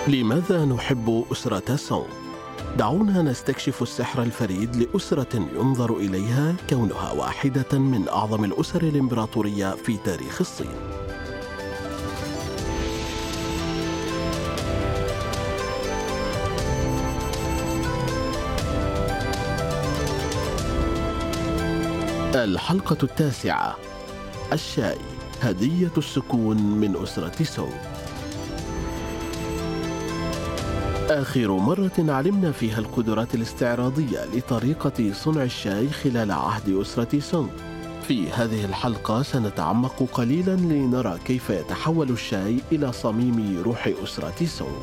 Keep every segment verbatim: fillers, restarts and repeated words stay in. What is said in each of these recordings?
لماذا نحب أسرة سونغ؟ دعونا نستكشف السحر الفريد لأسرة ينظر إليها كونها واحدة من أعظم الأسر الإمبراطورية في تاريخ الصين. الحلقة التاسعة: الشاي، هدية السكون من أسرة سونغ. آخر مرة علمنا فيها القدرات الاستعراضية لطريقة صنع الشاي خلال عهد أسرة سونغ. في هذه الحلقة سنتعمق قليلا لنرى كيف يتحول الشاي إلى صميم روح أسرة سونغ.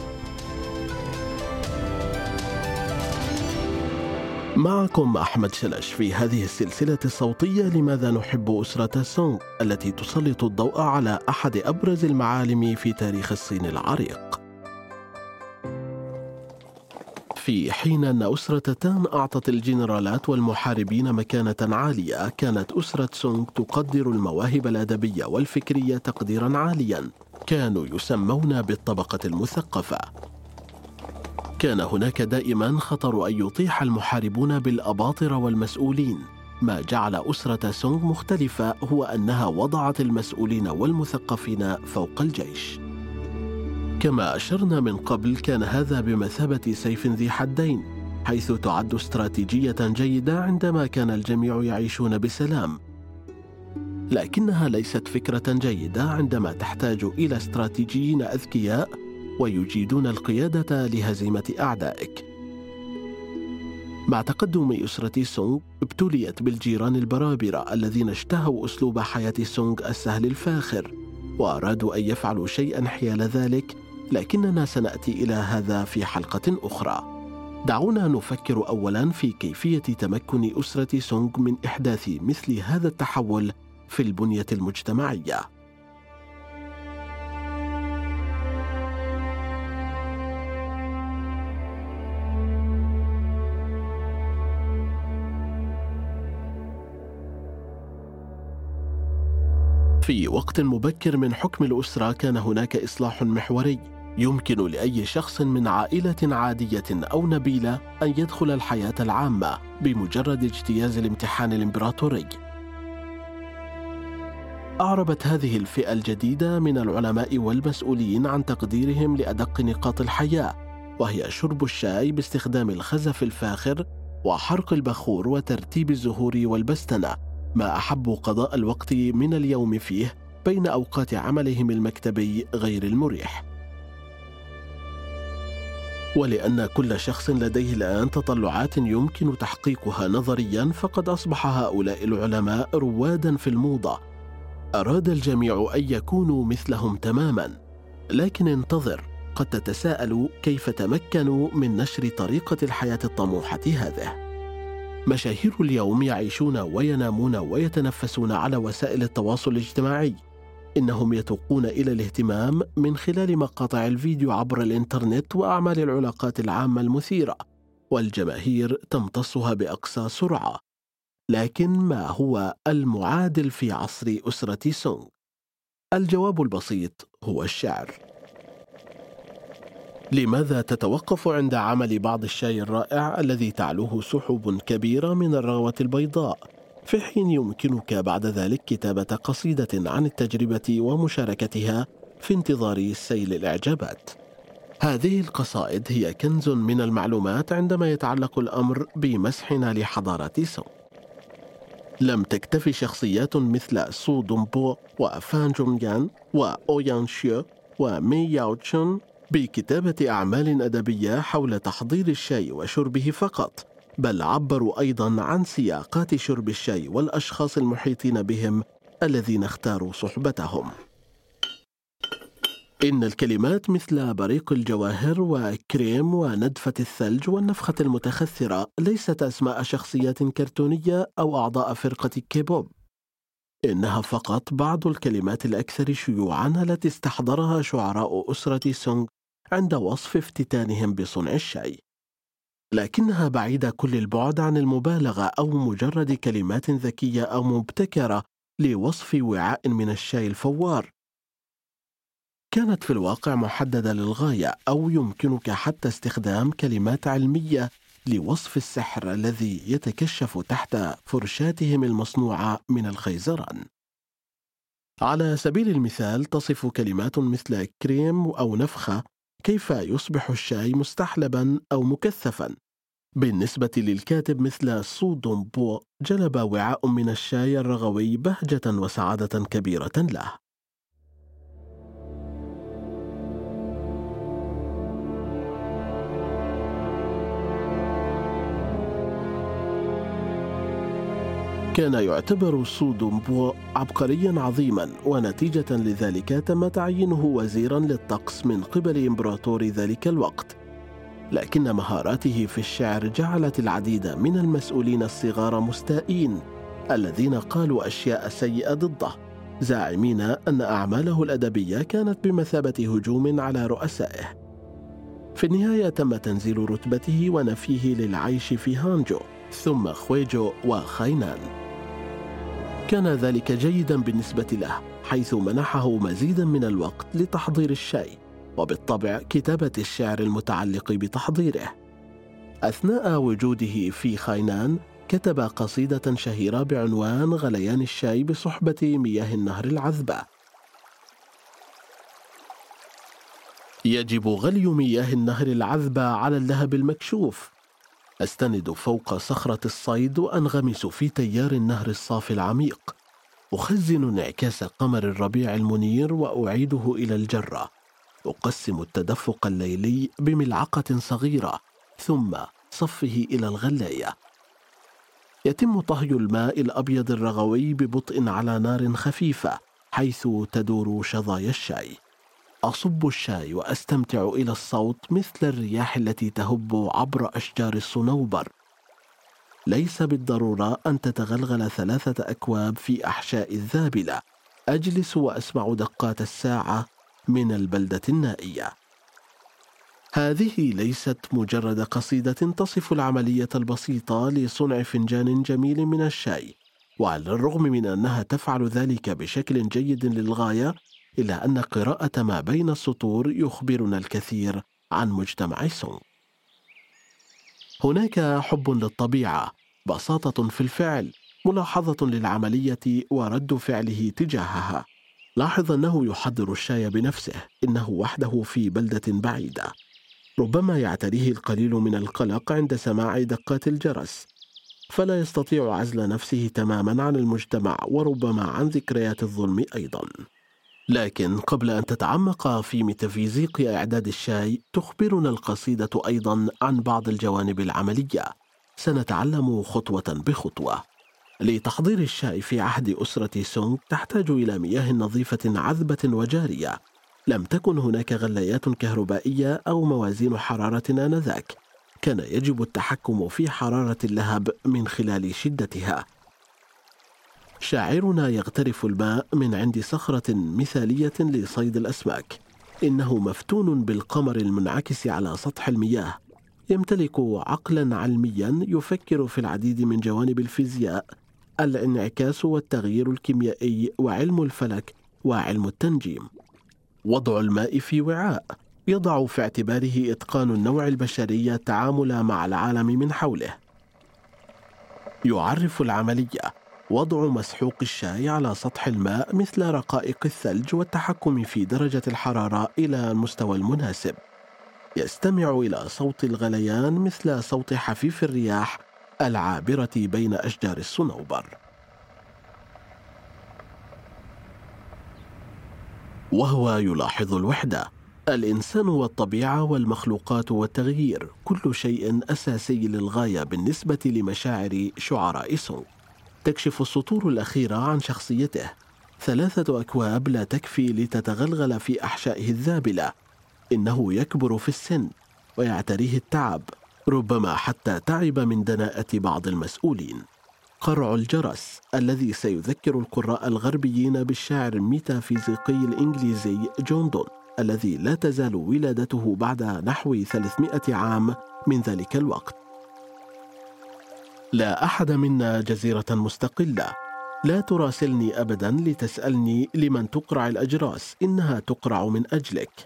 معكم أحمد شلش في هذه السلسلة الصوتية لماذا نحب أسرة سونغ، التي تسلط الضوء على أحد أبرز المعالم في تاريخ الصين العريق. في حين أن أسرة تان أعطت الجنرالات والمحاربين مكانة عالية، كانت أسرة سونغ تقدر المواهب الأدبية والفكرية تقديرا عاليا. كانوا يسمون بالطبقة المثقفة. كان هناك دائما خطر أن يطيح المحاربون بالأباطرة والمسؤولين. ما جعل أسرة سونغ مختلفة هو أنها وضعت المسؤولين والمثقفين فوق الجيش. كما أشرنا من قبل، كان هذا بمثابة سيف ذي حدين، حيث تعد استراتيجية جيدة عندما كان الجميع يعيشون بسلام، لكنها ليست فكرة جيدة عندما تحتاج إلى استراتيجيين أذكياء ويجيدون القيادة لهزيمة أعدائك. مع تقدم أسرة سونغ ابتليت بالجيران البرابرة الذين اشتهوا أسلوب حياة سونغ السهل الفاخر، وأرادوا أن يفعلوا شيئا حيال ذلك، لكننا سنأتي إلى هذا في حلقة أخرى. دعونا نفكر أولا في كيفية تمكن أسرة سونغ من إحداث مثل هذا التحول في البنية المجتمعية. في وقت مبكر من حكم الأسرة كان هناك إصلاح محوري يمكن لأي شخص من عائلة عادية أو نبيلة أن يدخل الحياة العامة بمجرد اجتياز الامتحان الإمبراطوري. أعربت هذه الفئة الجديدة من العلماء والمسؤولين عن تقديرهم لأدق نقاط الحياة، وهي شرب الشاي باستخدام الخزف الفاخر وحرق البخور وترتيب الزهور والبستنة، ما أحبوا قضاء الوقت من اليوم فيه بين أوقات عملهم المكتبي غير المريح. ولأن كل شخص لديه الآن تطلعات يمكن تحقيقها نظريا، فقد أصبح هؤلاء العلماء روادا في الموضة. أراد الجميع أن يكونوا مثلهم تماما. لكن انتظر، قد تتساءل كيف تمكنوا من نشر طريقة الحياة الطموحة هذه. مشاهير اليوم يعيشون وينامون ويتنفسون على وسائل التواصل الاجتماعي. إنهم يتوقون إلى الاهتمام من خلال مقاطع الفيديو عبر الإنترنت وأعمال العلاقات العامة المثيرة، والجماهير تمتصها بأقصى سرعة. لكن ما هو المعادل في عصر أسرة سونغ؟ الجواب البسيط هو الشعر. لماذا تتوقف عند عمل بعض الشاي الرائع الذي تعلوه سحب كبيرة من الرغوة البيضاء، في حين يمكنك بعد ذلك كتابة قصيدة عن التجربة ومشاركتها في انتظار سيل الإعجابات؟ هذه القصائد هي كنز من المعلومات عندما يتعلق الأمر بمسحنا لحضارة سونغ. لم تكتفي شخصيات مثل سو دومبو وفان جونغان وأويان شيو ومي ياو تشون بكتابة أعمال أدبية حول تحضير الشاي وشربه فقط، بل عبروا أيضا عن سياقات شرب الشاي والأشخاص المحيطين بهم الذين اختاروا صحبتهم. إن الكلمات مثل بريق الجواهر وكريم وندفة الثلج والنفخة المتخثرة ليست أسماء شخصيات كرتونية أو أعضاء فرقة كيبوب. إنها فقط بعض الكلمات الأكثر شيوعاً التي استحضرها شعراء أسرة سونغ عند وصف افتتانهم بصنع الشاي. لكنها بعيدة كل البعد عن المبالغة أو مجرد كلمات ذكية أو مبتكرة لوصف وعاء من الشاي الفوار. كانت في الواقع محددة للغاية، أو يمكنك حتى استخدام كلمات علمية لوصف السحر الذي يتكشف تحت فرشاتهم المصنوعة من الخيزران. على سبيل المثال، تصف كلمات مثل كريم أو نفخة كيف يصبح الشاي مستحلبا أو مكثفا. بالنسبة للكاتب مثل سودوم بو، جلب وعاء من الشاي الرغوي بهجة وسعادة كبيرة له. كان يعتبر سودوم بو عبقريا عظيما، ونتيجة لذلك تم تعيينه وزيرا للطقس من قبل إمبراطور ذلك الوقت. لكن مهاراته في الشعر جعلت العديد من المسؤولين الصغار مستائين الذين قالوا أشياء سيئة ضده، زاعمين أن أعماله الأدبية كانت بمثابة هجوم على رؤسائه. في النهاية تم تنزيل رتبته ونفيه للعيش في هانجو ثم خويجو وخاينان. كان ذلك جيدا بالنسبة له، حيث منحه مزيدا من الوقت لتحضير الشاي، وبالطبع كتابة الشعر المتعلق بتحضيره. أثناء وجوده في خاينان كتب قصيدة شهيرة بعنوان غليان الشاي بصحبة مياه النهر العذبة. يجب غلي مياه النهر العذبة على اللهب المكشوف. أستند فوق صخرة الصيد وأنغمس في تيار النهر الصافي العميق. أخزن انعكاس قمر الربيع المنير وأعيده إلى الجرة. أقسم التدفق الليلي بملعقة صغيرة ثم صفه إلى الغلاية. يتم طهي الماء الأبيض الرغوي ببطء على نار خفيفة حيث تدور شظايا الشاي. أصب الشاي وأستمتع إلى الصوت مثل الرياح التي تهب عبر أشجار الصنوبر. ليس بالضرورة أن تتغلغل ثلاثة أكواب في أحشاء الذابلة. أجلس وأسمع دقات الساعة من البلدة النائية. هذه ليست مجرد قصيدة تصف العملية البسيطة لصنع فنجان جميل من الشاي، وعلى الرغم من أنها تفعل ذلك بشكل جيد للغاية، إلا أن قراءة ما بين السطور يخبرنا الكثير عن مجتمع سونغ. هناك حب للطبيعة، بساطة في الفعل، ملاحظة للعملية ورد فعله تجاهها. لاحظ أنه يحضر الشاي بنفسه، إنه وحده في بلدة بعيدة. ربما يعتريه القليل من القلق عند سماع دقات الجرس، فلا يستطيع عزل نفسه تماما عن المجتمع، وربما عن ذكريات الظلم أيضا. لكن قبل أن تتعمق في ميتافيزيق إعداد الشاي، تخبرنا القصيدة أيضا عن بعض الجوانب العملية. سنتعلم خطوة بخطوة. لتحضير الشاي في عهد أسرة سونغ تحتاج إلى مياه نظيفة عذبة وجارية. لم تكن هناك غلايات كهربائية أو موازين حرارة آنذاك. كان يجب التحكم في حرارة اللهب من خلال شدتها. شاعرنا يغترف الماء من عند صخرة مثالية لصيد الأسماك. إنه مفتون بالقمر المنعكس على سطح المياه. يمتلك عقلا علميا يفكر في العديد من جوانب الفيزياء، الانعكاس والتغيير الكيميائي وعلم الفلك وعلم التنجيم. وضع الماء في وعاء يضع في اعتباره إتقان النوع البشري التعامل مع العالم من حوله. يعرف العملية وضع مسحوق الشاي على سطح الماء مثل رقائق الثلج، والتحكم في درجة الحرارة إلى المستوى المناسب. يستمع إلى صوت الغليان مثل صوت حفيف الرياح العابرة بين أشجار الصنوبر. وهو يلاحظ الوحدة. الإنسان والطبيعة والمخلوقات والتغيير، كل شيء أساسي للغاية بالنسبة لمشاعر شعراء سونغ. تكشف السطور الأخيرة عن شخصيته. ثلاثة أكواب لا تكفي لتتغلغل في أحشائه الذابلة. إنه يكبر في السن ويعتريه التعب، ربما حتى تعب من دناءة بعض المسؤولين. قرع الجرس الذي سيذكر القراء الغربيين بالشاعر الميتافيزيقي الإنجليزي جون دون، الذي لا تزال ولادته بعد نحو ثلاثمائة عام من ذلك الوقت. لا أحد منا جزيرة مستقلة. لا تراسلني أبدا لتسألني لمن تقرع الأجراس، إنها تقرع من أجلك.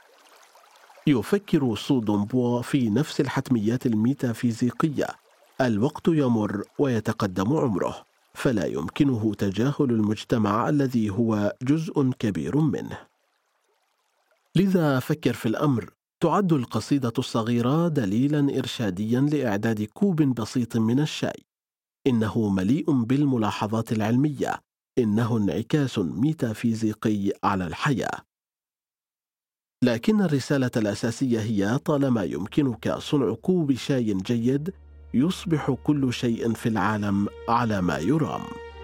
يفكر سو دونبوا في نفس الحتميات الميتافيزيقية. الوقت يمر ويتقدم عمره، فلا يمكنه تجاهل المجتمع الذي هو جزء كبير منه. لذا فكر في الأمر. تعد القصيدة الصغيرة دليلا إرشاديا لإعداد كوب بسيط من الشاي. إنه مليء بالملاحظات العلمية. إنه انعكاس ميتافيزيقي على الحياة. لكن الرسالة الأساسية هي: طالما يمكنك صنع كوب شاي جيد، يصبح كل شيء في العالم على ما يرام.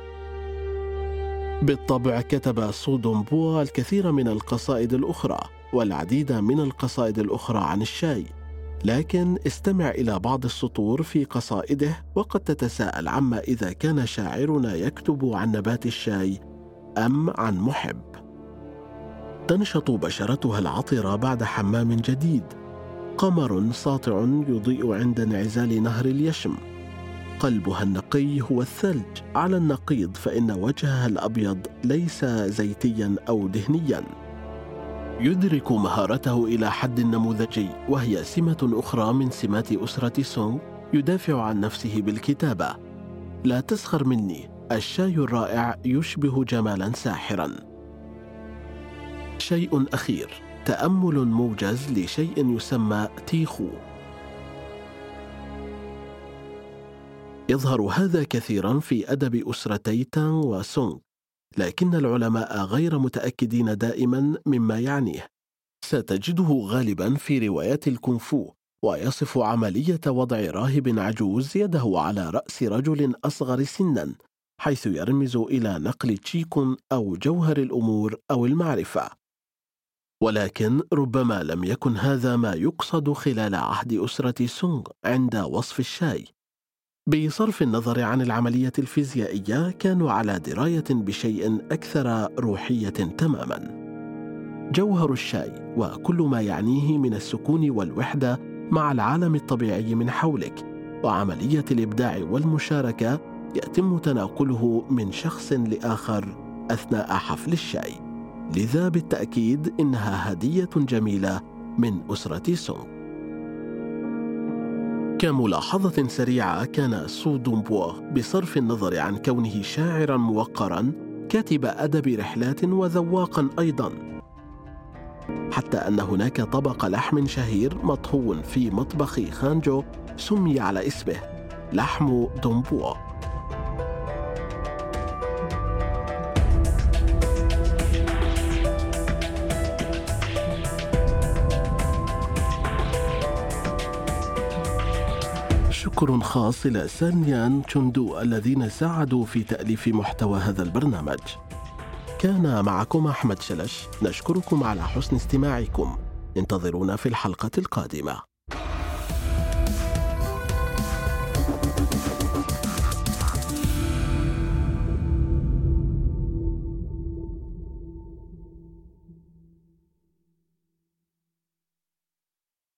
بالطبع كتب سو دونبوا الكثير من القصائد الأخرى والعديد من القصائد الأخرى عن الشاي، لكن استمع إلى بعض السطور في قصائده وقد تتساءل عما إذا كان شاعرنا يكتب عن نبات الشاي أم عن محب. تنشط بشرتها العطرة بعد حمام جديد. قمر ساطع يضيء عند انعزال نهر اليشم. قلبها النقي هو الثلج على النقيض، فإن وجهها الأبيض ليس زيتيا أو دهنيا. يدرك مهارته إلى حد نموذجي، وهي سمة أخرى من سمات أسرة سونغ. يدافع عن نفسه بالكتابة. لا تسخر مني، الشاي الرائع يشبه جمالا ساحرا. شيء أخير، تأمل موجز لشيء يسمى تيخو. يظهر هذا كثيرا في أدب أسرتي تانغ وسونغ، لكن العلماء غير متأكدين دائما مما يعنيه. ستجده غالبا في روايات الكونغفو، ويصف عملية وضع راهب عجوز يده على رأس رجل أصغر سنا، حيث يرمز إلى نقل تشيكون أو جوهر الأمور أو المعرفة. ولكن ربما لم يكن هذا ما يقصد خلال عهد أسرة سونغ عند وصف الشاي. بصرف النظر عن العملية الفيزيائية، كانوا على دراية بشيء أكثر روحية تماما. جوهر الشاي وكل ما يعنيه من السكون والوحدة مع العالم الطبيعي من حولك، وعملية الإبداع والمشاركة يتم تناقله من شخص لآخر أثناء حفل الشاي. لذا بالتأكيد إنها هدية جميلة من أسرة سونغ. كملاحظة سريعة، كان سو دونبوا بصرف النظر عن كونه شاعرا موقرا كاتب أدب رحلات وذواقا أيضا، حتى أن هناك طبق لحم شهير مطهو في مطبخ خانجو سمي على اسمه، لحم دونبوا. شكر خاص إلى سانيان تشوندو الذين ساعدوا في تأليف محتوى هذا البرنامج. كان معكم أحمد شلش، نشكركم على حسن استماعكم. انتظرونا في الحلقة القادمة.